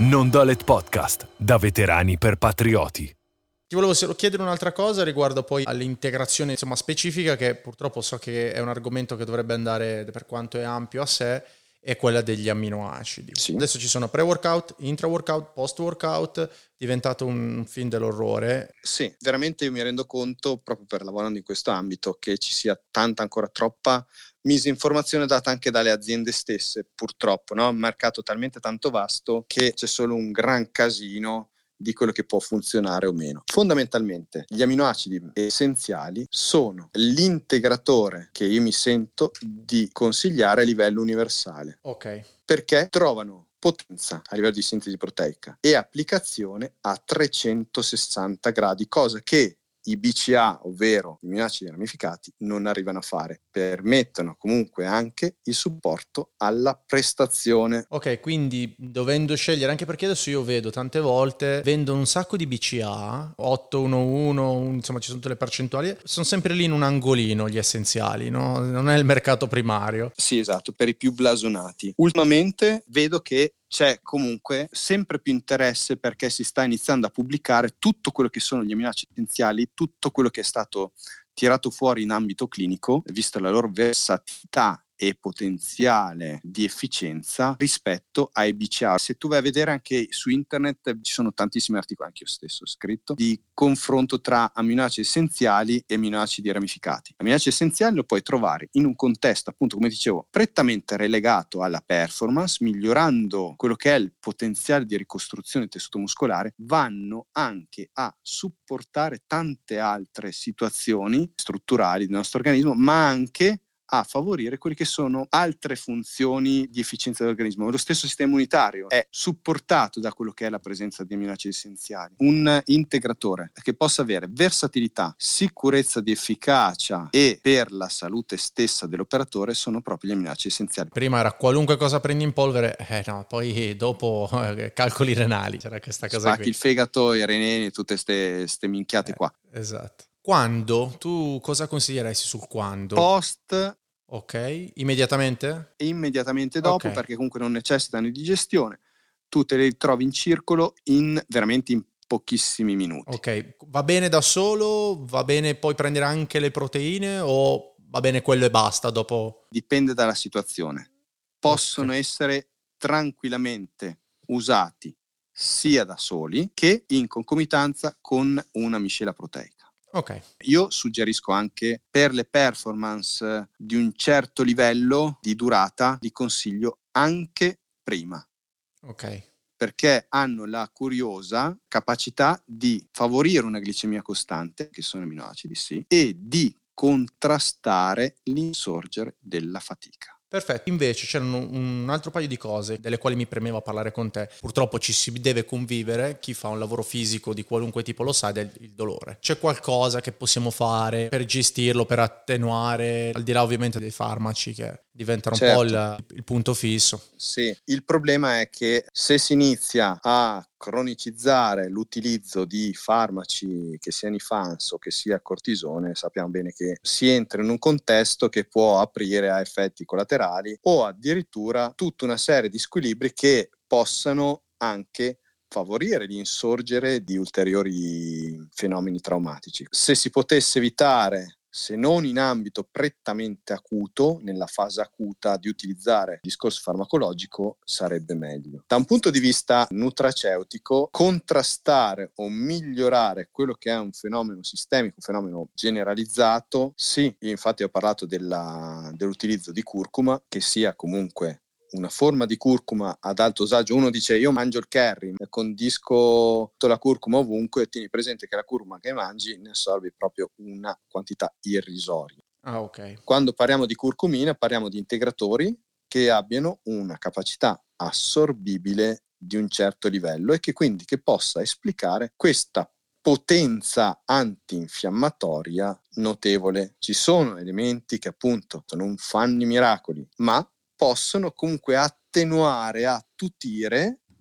Non-Dolet Podcast, da veterani per patrioti. Ti volevo solo chiedere un'altra cosa riguardo poi all'integrazione specifica, che purtroppo so che è un argomento che dovrebbe andare, per quanto è ampio a sé, è quella degli amminoacidi. Sì. Adesso ci sono pre-workout, intra-workout, post-workout, è diventato un film dell'orrore. Sì, veramente io mi rendo conto, proprio per lavorando in questo ambito, che ci sia ancora troppa misinformazione data anche dalle aziende stesse, purtroppo, no? Un mercato talmente tanto vasto che c'è solo un gran casino di quello che può funzionare o meno. Fondamentalmente gli amminoacidi essenziali sono l'integratore che io mi sento di consigliare a livello universale. Ok. Perché trovano potenza a livello di sintesi proteica e applicazione a 360 gradi, cosa che i BCA, ovvero gli amminoacidi ramificati, non arrivano a fare. Permettono comunque anche il supporto alla prestazione. Ok, quindi dovendo scegliere, anche perché adesso io vedo tante volte, vendono un sacco di BCA, 811, insomma ci sono tutte le percentuali, sono sempre lì in un angolino gli essenziali, no? Non è il mercato primario. Sì, esatto, per i più blasonati. Ultimamente vedo che c'è comunque sempre più interesse, perché si sta iniziando a pubblicare tutto quello che sono gli amminoacidi essenziali, tutto quello che è stato tirato fuori in ambito clinico, visto la loro versatilità e potenziale di efficienza rispetto ai BCA. Se tu vai a vedere anche su internet ci sono tantissimi articoli, anche io stesso ho scritto, di confronto tra amminoacidi essenziali e amminoacidi ramificati. Amminoacidi essenziali lo puoi trovare in un contesto, appunto, come dicevo, prettamente relegato alla performance, migliorando quello che è il potenziale di ricostruzione del tessuto muscolare, vanno anche a supportare tante altre situazioni strutturali del nostro organismo, ma anche a favorire quelle che sono altre funzioni di efficienza dell'organismo. Lo stesso sistema immunitario è supportato da quello che è la presenza di amminoacidi essenziali. Un integratore che possa avere versatilità, sicurezza di efficacia e per la salute stessa dell'operatore sono proprio gli amminoacidi essenziali. Prima era qualunque cosa prendi in polvere, no, poi dopo calcoli renali, c'era questa cosa Spacchi qui. il fegato, i renini, tutte ste minchiate qua. Esatto. Quando? Tu cosa consiglieresti sul quando? Post Ok, immediatamente? immediatamente dopo, Ok. perché comunque non necessitano di digestione, tu te le ritrovi in circolo veramente in pochissimi minuti. Ok, va bene da solo? Va bene poi prendere anche le proteine o va bene quello e basta dopo? Dipende dalla situazione. Possono Ok. essere tranquillamente usati sia da soli che in concomitanza con una miscela proteica. Ok. Io suggerisco anche, per le performance di un certo livello di durata, li consiglio anche prima, Ok. perché hanno la curiosa capacità di favorire una glicemia costante, che sono amminoacidi, sì, e di contrastare l'insorgere della fatica. Perfetto, invece c'erano un altro paio di cose delle quali mi premeva parlare con te. Purtroppo ci si deve convivere, chi fa un lavoro fisico di qualunque tipo lo sa, ed è il dolore. C'è qualcosa che possiamo fare per gestirlo, per attenuare, al di là ovviamente dei farmaci che diventano un po' il punto fisso? Sì, il problema è che se si inizia a cronicizzare l'utilizzo di farmaci, che siano i FANS o che sia cortisone, sappiamo bene che si entra in un contesto che può aprire a effetti collaterali o addirittura tutta una serie di squilibri che possano anche favorire l'insorgere di ulteriori fenomeni traumatici. Se si potesse evitare, se non in ambito prettamente acuto, nella fase acuta, di utilizzare il discorso farmacologico, sarebbe meglio. Da un punto di vista nutraceutico, contrastare o migliorare quello che è un fenomeno sistemico, un fenomeno generalizzato, sì, io infatti ho parlato dell'utilizzo di curcuma, che sia comunque una forma di curcuma ad alto dosaggio. Uno dice: io mangio il curry, condisco la curcuma ovunque, e tieni presente che la curcuma che mangi ne assorbi proprio una quantità irrisoria. Ah, ok. Quando parliamo di curcumina parliamo di integratori che abbiano una capacità assorbibile di un certo livello e che quindi che possa esplicare questa potenza antinfiammatoria notevole. Ci sono elementi che appunto non fanno i miracoli, ma possono comunque attenuare, attutire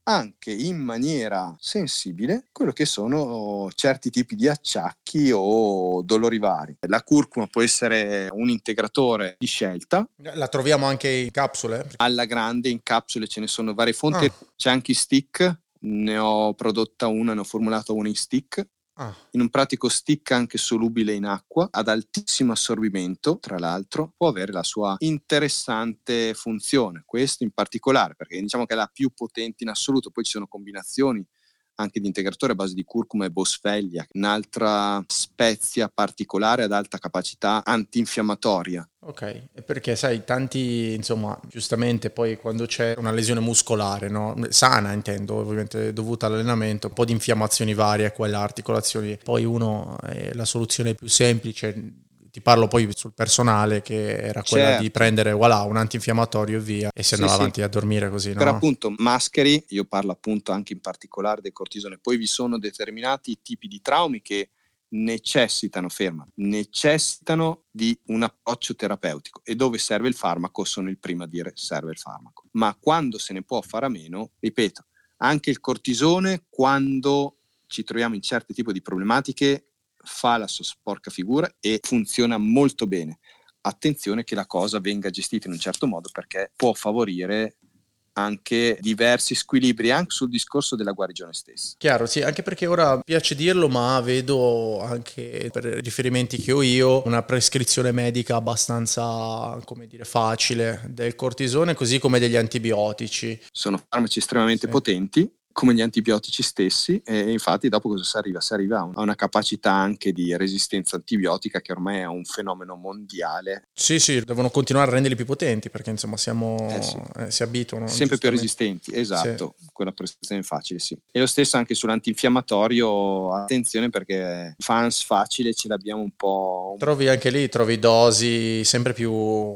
anche in maniera sensibile quello che sono certi tipi di acciacchi o dolori vari. La curcuma può essere un integratore di scelta. La troviamo anche in capsule? Alla grande, in capsule, ce ne sono varie fonti. C'è anche in stick, ne ho prodotta una, ne ho formulata una in stick. In un pratico stick anche solubile in acqua, ad altissimo assorbimento, tra l'altro, può avere la sua interessante funzione, questo in particolare, perché diciamo che è la più potente in assoluto. Poi ci sono combinazioni anche di integratori a base di curcuma e boswellia, un'altra spezia particolare ad alta capacità antinfiammatoria. Ok, perché sai, tanti, insomma, giustamente poi quando c'è una lesione muscolare, no? Sana intendo, ovviamente dovuta all'allenamento, un po' di infiammazioni varie a quelle articolazioni, poi uno, la soluzione più semplice, ti parlo poi sul personale, che era quella di prendere un antinfiammatorio e via, e si andava avanti a dormire così, no? Per appunto mascheri, io parlo appunto anche in particolare del cortisone, poi vi sono determinati tipi di traumi che necessitano di un approccio terapeutico, e dove serve il farmaco sono il primo a dire serve il farmaco. Ma quando se ne può fare a meno, ripeto, anche il cortisone, quando ci troviamo in certi tipi di problematiche, fa la sua sporca figura e funziona molto bene. Attenzione che la cosa venga gestita in un certo modo, perché può favorire anche diversi squilibri anche sul discorso della guarigione stessa. Chiaro, sì, anche perché ora piace dirlo, ma vedo anche per riferimenti che ho io una prescrizione medica abbastanza, come dire, facile del cortisone, così come degli antibiotici. Sono farmaci estremamente potenti, come gli antibiotici stessi, e infatti dopo cosa si arriva? Si arriva a una capacità anche di resistenza antibiotica che ormai è un fenomeno mondiale. Sì, devono continuare a renderli più potenti, perché insomma si abituano. Sempre più resistenti, esatto, quella prestazione facile, sì. E lo stesso anche sull'antinfiammatorio, attenzione, perché fans facile ce l'abbiamo un po'. Trovi anche lì, trovi sempre più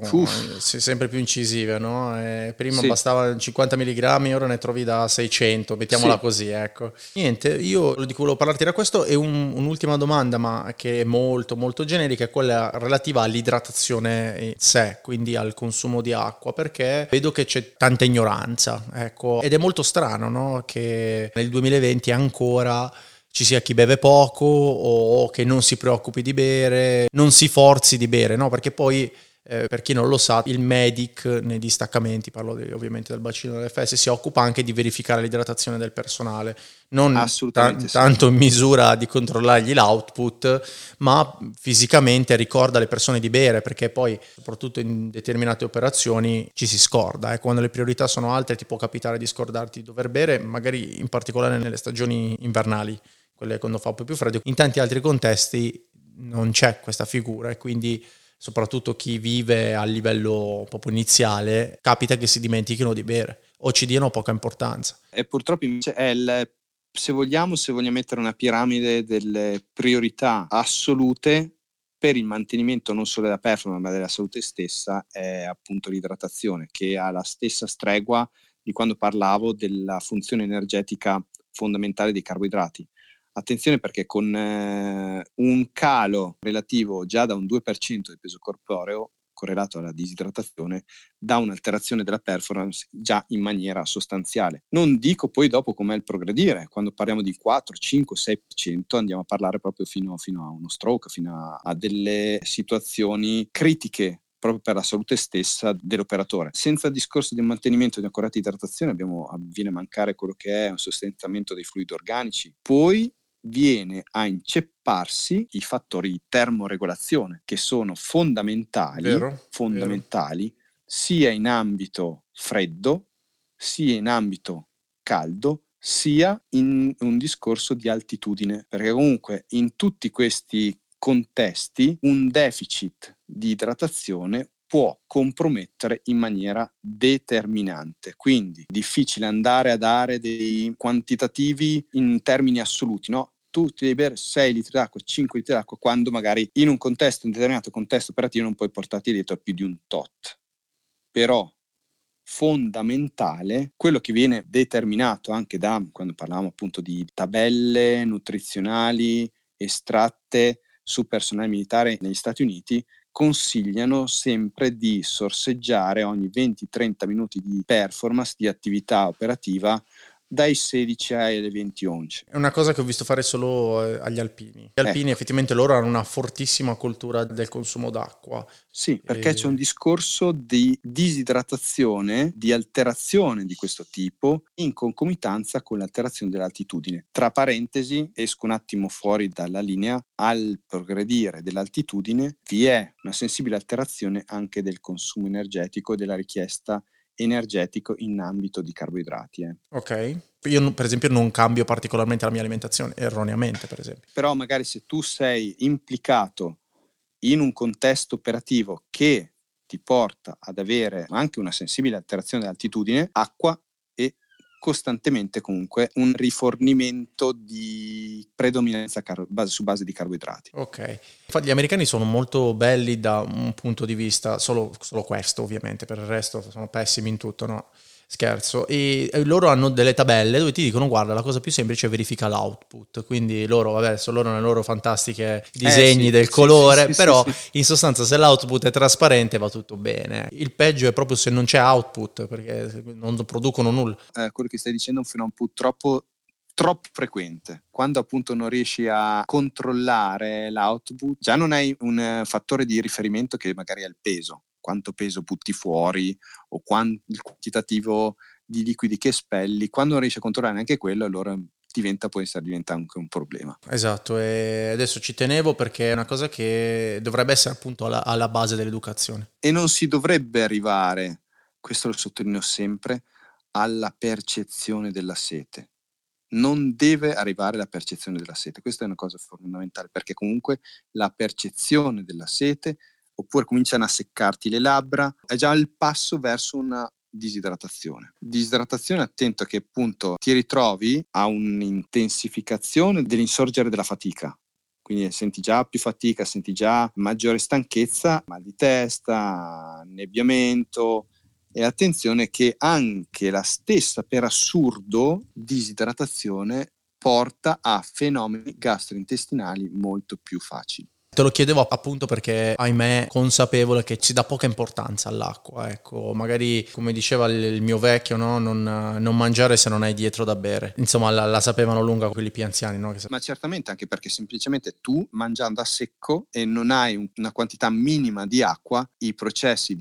incisive, no? Prima bastava 50 mg, ora ne trovi da 600, mettiamola così, ecco. Niente, io di cui volevo parlarti era questo, e un'ultima domanda, ma che è molto molto generica, è quella relativa all'idratazione in sé, quindi al consumo di acqua, perché vedo che c'è tanta ignoranza, ecco, ed è molto strano, no? Che nel 2020 ancora ci sia chi beve poco o che non si preoccupi di bere, non si forzi di bere, no? Perché poi, per chi non lo sa, il medic nei distaccamenti, parlo ovviamente del bacino dell'FS, si occupa anche di verificare l'idratazione del personale, non tanto in misura di controllargli l'output, ma fisicamente ricorda alle persone di bere, perché poi soprattutto in determinate operazioni ci si scorda, quando le priorità sono alte ti può capitare di scordarti di dover bere, magari in particolare nelle stagioni invernali, quelle quando fa un po' più freddo. In tanti altri contesti non c'è questa figura, e quindi soprattutto chi vive a livello proprio iniziale capita che si dimentichino di bere o ci diano poca importanza. E purtroppo invece è se vogliamo mettere una piramide delle priorità assolute per il mantenimento non solo della performance ma della salute stessa, è appunto l'idratazione, che ha la stessa stregua di quando parlavo della funzione energetica fondamentale dei carboidrati. Attenzione, perché con un calo relativo già da un 2% del peso corporeo correlato alla disidratazione dà un'alterazione della performance già in maniera sostanziale. Non dico poi dopo com'è il progredire, quando parliamo di 4, 5, 6% andiamo a parlare proprio fino a uno stroke, fino a delle situazioni critiche proprio per la salute stessa dell'operatore. Senza il discorso di mantenimento di accurata idratazione viene a mancare quello che è un sostentamento dei fluidi organici. Poi viene a incepparsi i fattori di termoregolazione, che sono fondamentali, sia in ambito freddo, sia in ambito caldo, sia in un discorso di altitudine, perché comunque in tutti questi contesti un deficit di idratazione può compromettere in maniera determinante. Quindi difficile andare a dare dei quantitativi in termini assoluti, no? Tu ti devi bere 6 litri d'acqua, 5 litri d'acqua, quando magari in un determinato contesto operativo non puoi portarti dietro più di un tot. Però fondamentale quello che viene determinato anche da, quando parlavamo appunto di tabelle nutrizionali estratte su personale militare negli Stati Uniti, consigliano sempre di sorseggiare ogni 20-30 minuti di performance, di attività operativa, dai 16 alle 20 once. È una cosa che ho visto fare solo agli alpini. Gli alpini effettivamente loro hanno una fortissima cultura del consumo d'acqua. Sì, perché c'è un discorso di disidratazione, di alterazione di questo tipo in concomitanza con l'alterazione dell'altitudine. Tra parentesi, esco un attimo fuori dalla linea, al progredire dell'altitudine vi è una sensibile alterazione anche del consumo energetico e della richiesta energetico in ambito di carboidrati. Ok. Io per esempio non cambio particolarmente la mia alimentazione, erroneamente per esempio. Però magari se tu sei implicato in un contesto operativo che ti porta ad avere anche una sensibile alterazione dell'altitudine, acqua e costantemente comunque un rifornimento di predominanza su base di carboidrati. Ok, infatti gli americani sono molto belli da un punto di vista, solo questo ovviamente, per il resto sono pessimi in tutto, no? Scherzo. E loro hanno delle tabelle dove ti dicono guarda, la cosa più semplice è verifica l'output, quindi loro, vabbè, adesso loro nelle loro fantastiche disegni del colore, però in sostanza se l'output è trasparente va tutto bene. Il peggio è proprio se non c'è output, perché non producono nulla. Quello che stai dicendo è un fenomeno purtroppo troppo frequente. Quando appunto non riesci a controllare l'output, già non hai un fattore di riferimento che magari è il peso, quanto peso butti fuori o il quantitativo di liquidi che espelli. Quando non riesci a controllare neanche quello, allora diventa anche un problema. Esatto, e adesso ci tenevo perché è una cosa che dovrebbe essere appunto alla base dell'educazione. E non si dovrebbe arrivare, questo lo sottolineo sempre, alla percezione della sete. Non deve arrivare la percezione della sete, questa è una cosa fondamentale, perché comunque la percezione della sete, oppure cominciano a seccarti le labbra, è già il passo verso una disidratazione. Disidratazione, attento che appunto ti ritrovi a un'intensificazione dell'insorgere della fatica. Quindi senti già più fatica, senti già maggiore stanchezza, mal di testa, annebbiamento. E attenzione che anche la stessa, per assurdo, disidratazione porta a fenomeni gastrointestinali molto più facili. Te lo chiedevo appunto perché, ahimè, consapevole che ci dà poca importanza all'acqua, ecco, magari come diceva il mio vecchio, no? Non mangiare se non hai dietro da bere, insomma la sapevano lunga quelli più anziani, no? Ma certamente, anche perché semplicemente tu mangiando a secco e non hai una quantità minima di acqua, i processi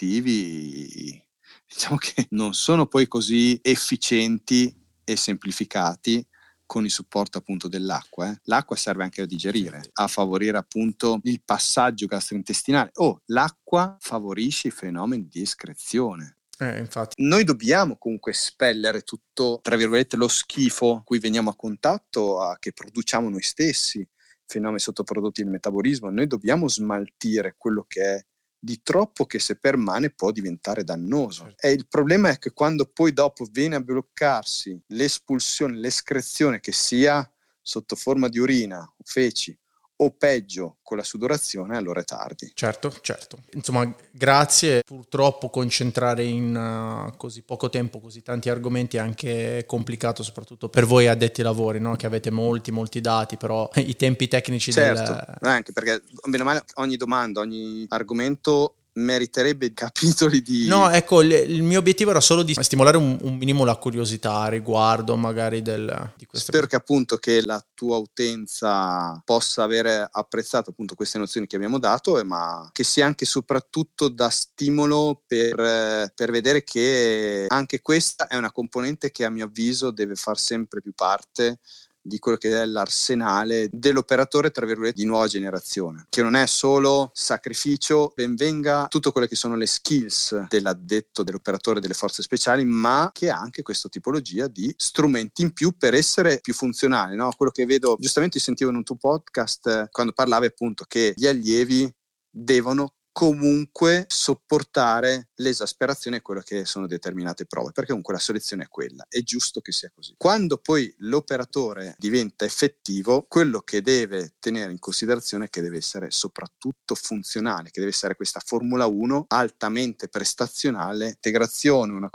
digestivi diciamo che non sono poi così efficienti e semplificati con il supporto appunto dell'acqua. L'acqua serve anche a digerire, a favorire appunto il passaggio gastrointestinale. L'acqua favorisce i fenomeni di escrezione. Infatti. Noi dobbiamo comunque espellere tutto, tra virgolette, lo schifo a cui veniamo a contatto, che produciamo noi stessi, fenomeni sottoprodotti del metabolismo. Noi dobbiamo smaltire quello che è di troppo, che se permane può diventare dannoso. E il problema è che quando poi dopo viene a bloccarsi l'espulsione, l'escrezione, che sia sotto forma di urina o feci o peggio con la sudorazione, allora è tardi. Certo. Insomma, grazie. Purtroppo concentrare in così poco tempo così tanti argomenti è anche complicato, soprattutto per voi addetti ai lavori, no? Che avete molti dati, però i tempi tecnici anche perché bene o male ogni domanda, ogni argomento meriterebbe capitoli di... No, ecco, il mio obiettivo era solo di stimolare un minimo la curiosità a riguardo magari di queste. Spero che appunto che la tua utenza possa avere apprezzato appunto queste nozioni che abbiamo dato, ma che sia anche soprattutto da stimolo per vedere che anche questa è una componente che a mio avviso deve far sempre più parte di quello che è l'arsenale dell'operatore, tra virgolette, di nuova generazione, che non è solo sacrificio, ben venga tutto quello che sono le skills dell'addetto, dell'operatore delle forze speciali, ma che ha anche questa tipologia di strumenti in più per essere più funzionali, no? Quello che vedo, giustamente sentivo in un tuo podcast quando parlavi appunto che gli allievi devono comunque sopportare l'esasperazione e quello che sono determinate prove, perché comunque la selezione è quella, è giusto che sia così. Quando poi l'operatore diventa effettivo, quello che deve tenere in considerazione è che deve essere soprattutto funzionale, che deve essere questa Formula 1 altamente prestazionale, integrazione, una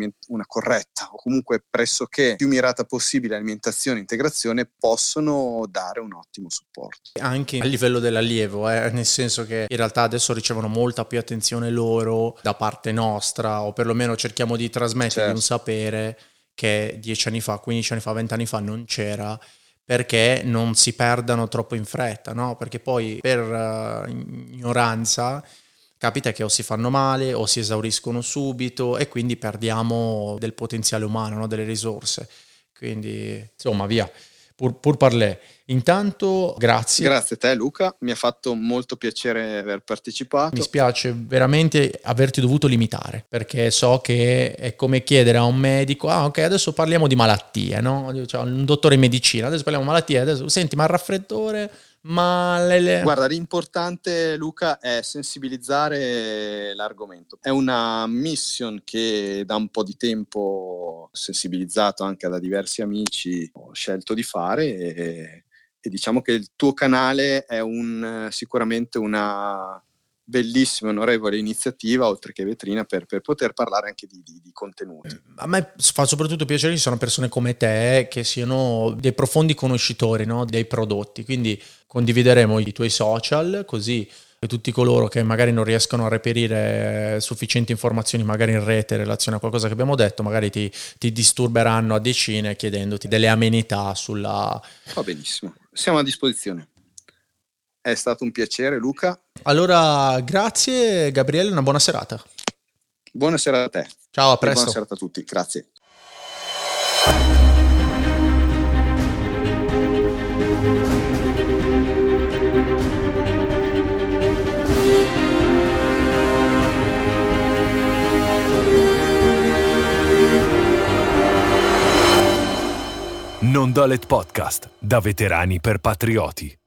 corretta o comunque pressoché più mirata possibile alimentazione e integrazione possono dare un ottimo supporto. Anche a livello dell'allievo, nel senso che in realtà adesso ricevono molta più attenzione loro da parte nostra, o perlomeno cerchiamo di trasmettere un sapere che 10 anni fa, 15 anni fa, 20 anni fa non c'era, perché non si perdano troppo in fretta, no? Perché poi per ignoranza capita che o si fanno male o si esauriscono subito e quindi perdiamo del potenziale umano, no? Delle risorse. Quindi, insomma, via, pur parlé. Intanto, grazie. Grazie a te Luca, mi ha fatto molto piacere aver partecipato. Mi spiace veramente averti dovuto limitare, perché so che è come chiedere a un medico, ok, adesso parliamo di malattie, no? Cioè, un dottore in medicina, adesso parliamo di malattie, adesso, senti, ma il raffreddore, ma Guarda, l'importante Luca è sensibilizzare l'argomento. È una mission che da un po' di tempo, sensibilizzato anche da diversi amici, ho scelto di fare e diciamo che il tuo canale è sicuramente una bellissima, onorevole iniziativa, oltre che vetrina, per poter parlare anche di contenuti. A me fa soprattutto piacere che ci sono persone come te che siano dei profondi conoscitori, no? Dei prodotti, quindi condivideremo i tuoi social, così tutti coloro che magari non riescono a reperire sufficienti informazioni magari in rete in relazione a qualcosa che abbiamo detto, magari ti disturberanno a decine chiedendoti delle amenità sulla... Va benissimo, siamo a disposizione. È stato un piacere Luca. Allora, grazie Gabriele, una buona serata. Buonasera a te. Ciao, a presto. Buona serata a tutti, grazie. Non Dolet Podcast, da veterani per patrioti.